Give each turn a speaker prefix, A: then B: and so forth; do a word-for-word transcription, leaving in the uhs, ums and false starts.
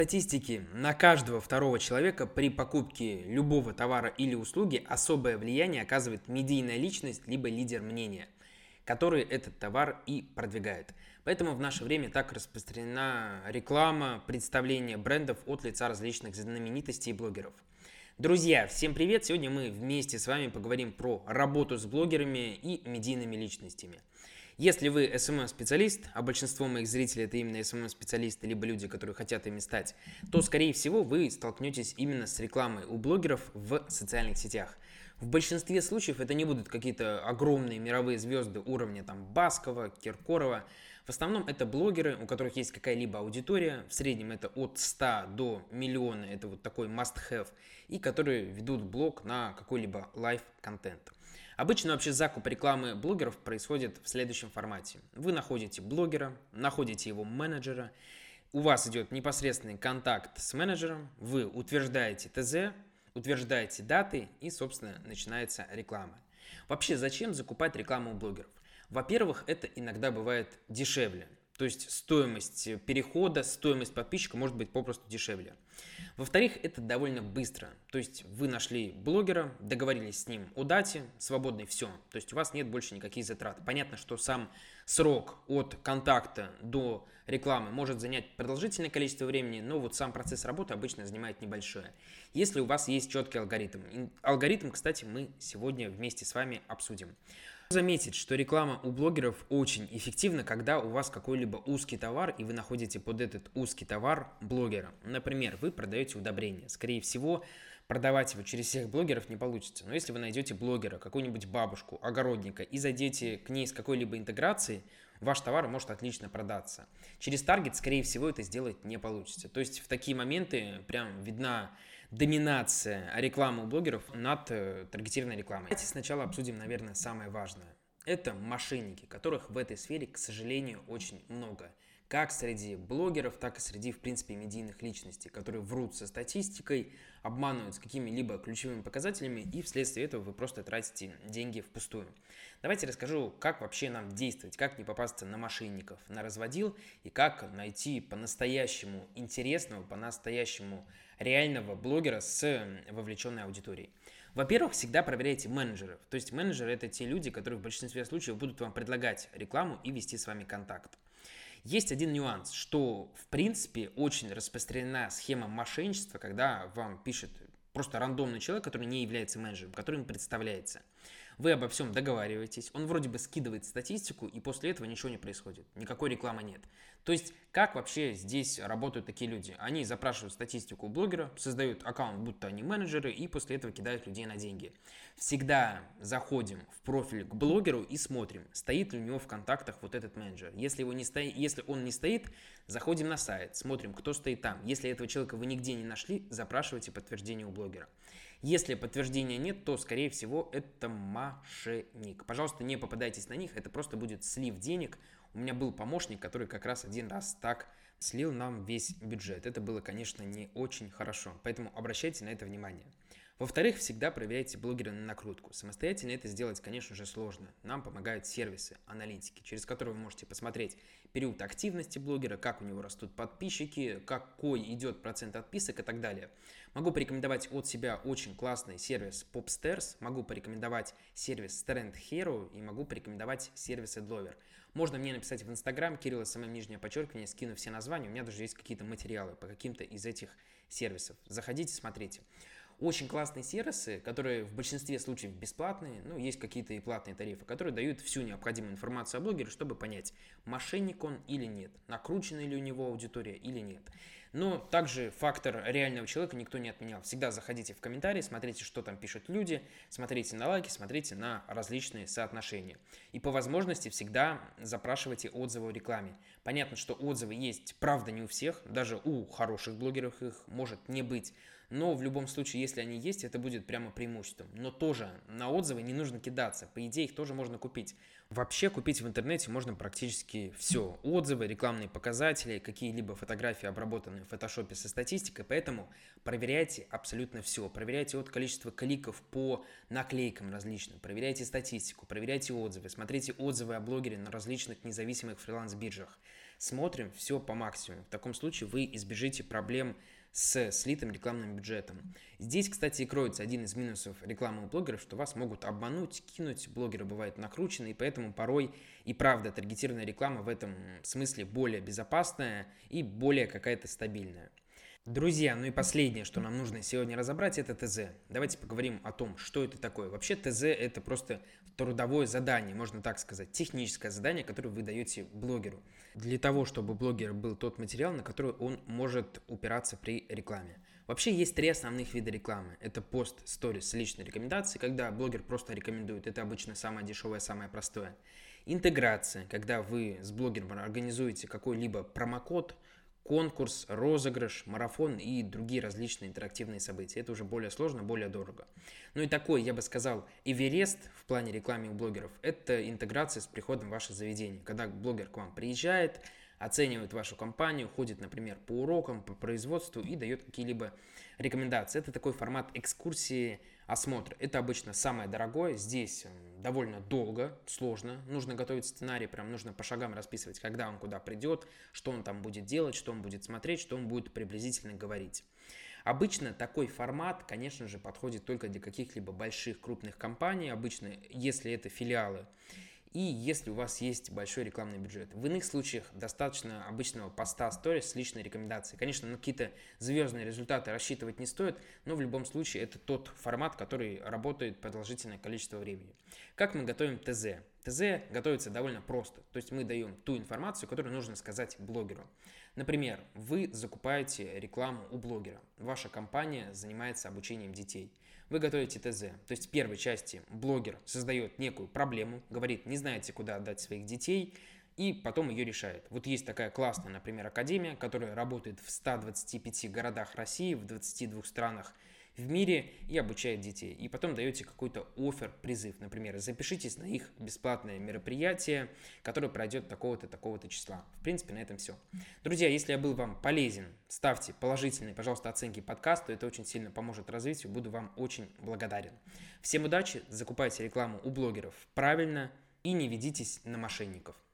A: Статистики на каждого второго человека при покупке любого товара или услуги особое влияние оказывает медийная личность либо лидер мнения, который этот товар и продвигает. Поэтому в наше время так распространена реклама, представление брендов от лица различных знаменитостей и блогеров. Друзья, всем привет! Сегодня мы вместе с вами поговорим про работу с блогерами и медийными личностями. Если вы эс эм эм-специалист, а большинство моих зрителей это именно эс эм эм-специалисты, либо люди, которые хотят ими стать, то, скорее всего, вы столкнетесь именно с рекламой у блогеров в социальных сетях. В большинстве случаев это не будут какие-то огромные мировые звезды уровня там Баскова, Киркорова. В основном это блогеры, у которых есть какая-либо аудитория, в среднем это от ста до миллиона, это вот такой must-have, и которые ведут блог на какой-либо лайв-контент. Обычно вообще закуп рекламы блогеров происходит в следующем формате. Вы находите блогера, находите его менеджера, у вас идет непосредственный контакт с менеджером, вы утверждаете тэ зэ, утверждаете даты и, собственно, начинается реклама. Вообще, зачем закупать рекламу у блогеров? Во-первых, это иногда бывает дешевле. То есть стоимость перехода, стоимость подписчика может быть попросту дешевле. Во-вторых, это довольно быстро. То есть вы нашли блогера, договорились с ним о дате, свободный, все. То есть у вас нет больше никаких затрат. Понятно, что сам срок от контакта до рекламы может занять продолжительное количество времени, но вот сам процесс работы обычно занимает небольшое. Если у вас есть четкий алгоритм. Алгоритм, кстати, мы сегодня вместе с вами обсудим. Заметить, что реклама у блогеров очень эффективна, когда у вас какой-либо узкий товар, и вы находите под этот узкий товар блогера. Например, вы продаете удобрения. Скорее всего, продавать его через всех блогеров не получится. Но если вы найдете блогера, какую-нибудь бабушку, огородника, и зайдете к ней с какой-либо интеграцией, ваш товар может отлично продаться. Через таргет, скорее всего, это сделать не получится. То есть в такие моменты прям видна доминация рекламы у блогеров над таргетированной рекламой. Давайте сначала обсудим, наверное, самое важное. Это мошенники, которых в этой сфере, к сожалению, очень много. Как среди блогеров, так и среди, в принципе, медийных личностей, которые врут со статистикой, обманывают с какими-либо ключевыми показателями, и вследствие этого вы просто тратите деньги впустую. Давайте расскажу, как вообще нам действовать, как не попасться на мошенников, на разводил, и как найти по-настоящему интересного, по-настоящему реального блогера с вовлеченной аудиторией. Во-первых, всегда проверяйте менеджеров. То есть менеджеры — это те люди, которые в большинстве случаев будут вам предлагать рекламу и вести с вами контакт. Есть один нюанс, что в принципе очень распространена схема мошенничества, когда вам пишет просто рандомный человек, который не является менеджером, который им представляется. Вы обо всем договариваетесь, он вроде бы скидывает статистику, и после этого ничего не происходит, никакой рекламы нет. То есть, как вообще здесь работают такие люди? Они запрашивают статистику у блогера, создают аккаунт, будто они менеджеры, и после этого кидают людей на деньги. Всегда заходим в профиль к блогеру и смотрим, стоит ли у него в контактах вот этот менеджер. Если, его не стоит, если он не стоит, заходим на сайт, смотрим, кто стоит там. Если этого человека вы нигде не нашли, запрашивайте подтверждение у блогера. Если подтверждения нет, то, скорее всего, это мошенник. Пожалуйста, не попадайтесь на них, это просто будет слив денег. У меня был помощник, который как раз один раз так слил нам весь бюджет. Это было, конечно, не очень хорошо, поэтому обращайте на это внимание. Во-вторых, всегда проверяйте блогера на накрутку. Самостоятельно это сделать, конечно же, сложно. Нам помогают сервисы, аналитики, через которые вы можете посмотреть период активности блогера, как у него растут подписчики, какой идет процент отписок и так далее. Могу порекомендовать от себя очень классный сервис Popstars, могу порекомендовать сервис Trend Hero и могу порекомендовать сервис Adlover. Можно мне написать в Инстаграм, Кирилл эс эм эм, нижнее подчеркивание, скину все названия, у меня даже есть какие-то материалы по каким-то из этих сервисов. Заходите, смотрите. Очень классные сервисы, которые в большинстве случаев бесплатные, ну, есть какие-то и платные тарифы, которые дают всю необходимую информацию о блогере, чтобы понять, мошенник он или нет, накручена ли у него аудитория или нет. Но также фактор реального человека никто не отменял. Всегда заходите в комментарии, смотрите, что там пишут люди, смотрите на лайки, смотрите на различные соотношения. И по возможности всегда запрашивайте отзывы о рекламе. Понятно, что отзывы есть, правда, не у всех, даже у хороших блогеров их может не быть. Но в любом случае, если они есть, это будет прямо преимуществом. Но тоже на отзывы не нужно кидаться. По идее, их тоже можно купить. Вообще купить в интернете можно практически все. Отзывы, рекламные показатели, какие-либо фотографии, обработанные в фотошопе со статистикой. Поэтому проверяйте абсолютно все. Проверяйте от количества кликов по наклейкам различным. Проверяйте статистику, проверяйте отзывы. Смотрите отзывы о блогере на различных независимых фриланс-биржах. смотрим все по максимуму. В таком случае вы избежите проблем с слитым рекламным бюджетом. Здесь, кстати, и кроется один из минусов рекламы у блогеров, что вас могут обмануть, кинуть. Блогеры бывают накручены, и поэтому порой и правда таргетированная реклама в этом смысле более безопасная и более какая-то стабильная. Друзья, ну и последнее, что нам нужно сегодня разобрать, это ТЗ. Давайте поговорим о том, что это такое. Вообще ТЗ это просто трудовое задание, можно так сказать, техническое задание, которое вы даете блогеру. Для того, чтобы блогер был тот материал, на который он может упираться при рекламе. Вообще есть три основных вида рекламы. Это пост, сторис, личные рекомендации, когда блогер просто рекомендует. Это обычно самое дешевое, самое простое. Интеграция, когда вы с блогером организуете какой-либо промокод, конкурс, розыгрыш, марафон и другие различные интерактивные события. Это уже более сложно, более дорого. Ну и такой, я бы сказал, Эверест в плане рекламы у блогеров – это интеграция с приходом в ваше заведение. Когда блогер к вам приезжает, оценивает вашу компанию, ходит, например, по урокам, по производству и дает какие-либо рекомендации. Это такой формат экскурсии, осмотр. Это обычно самое дорогое. Здесь довольно долго, сложно. Нужно готовить сценарий, прям нужно по шагам расписывать, когда он куда придет, что он там будет делать, что он будет смотреть, что он будет приблизительно говорить. Обычно такой формат, конечно же, подходит только для каких-либо больших крупных компаний. Обычно, если это филиалы, и если у вас есть большой рекламный бюджет. В иных случаях достаточно обычного поста сторис с личной рекомендацией. Конечно, на какие-то звездные результаты рассчитывать не стоит, но в любом случае это тот формат, который работает продолжительное количество времени. Как мы готовим ТЗ? ТЗ готовится довольно просто. То есть мы даем ту информацию, которую нужно сказать блогеру. Например, вы закупаете рекламу у блогера. Ваша компания занимается обучением детей. Вы готовите ТЗ. То есть в первой части блогер создает некую проблему, говорит, не знаете, куда отдать своих детей, и потом ее решает. Вот есть такая классная, например, академия, которая работает в ста двадцати пяти городах России, в двадцати двух странах в мире и обучает детей. И потом даете какой-то оффер, призыв. Например, запишитесь на их бесплатное мероприятие, которое пройдет такого-то, такого-то числа. В принципе, на этом все. Друзья, если я был вам полезен, ставьте положительные, пожалуйста, оценки подкасту. Это очень сильно поможет развитию. Буду вам очень благодарен. Всем удачи, закупайте рекламу у блогеров правильно и не ведитесь на мошенников.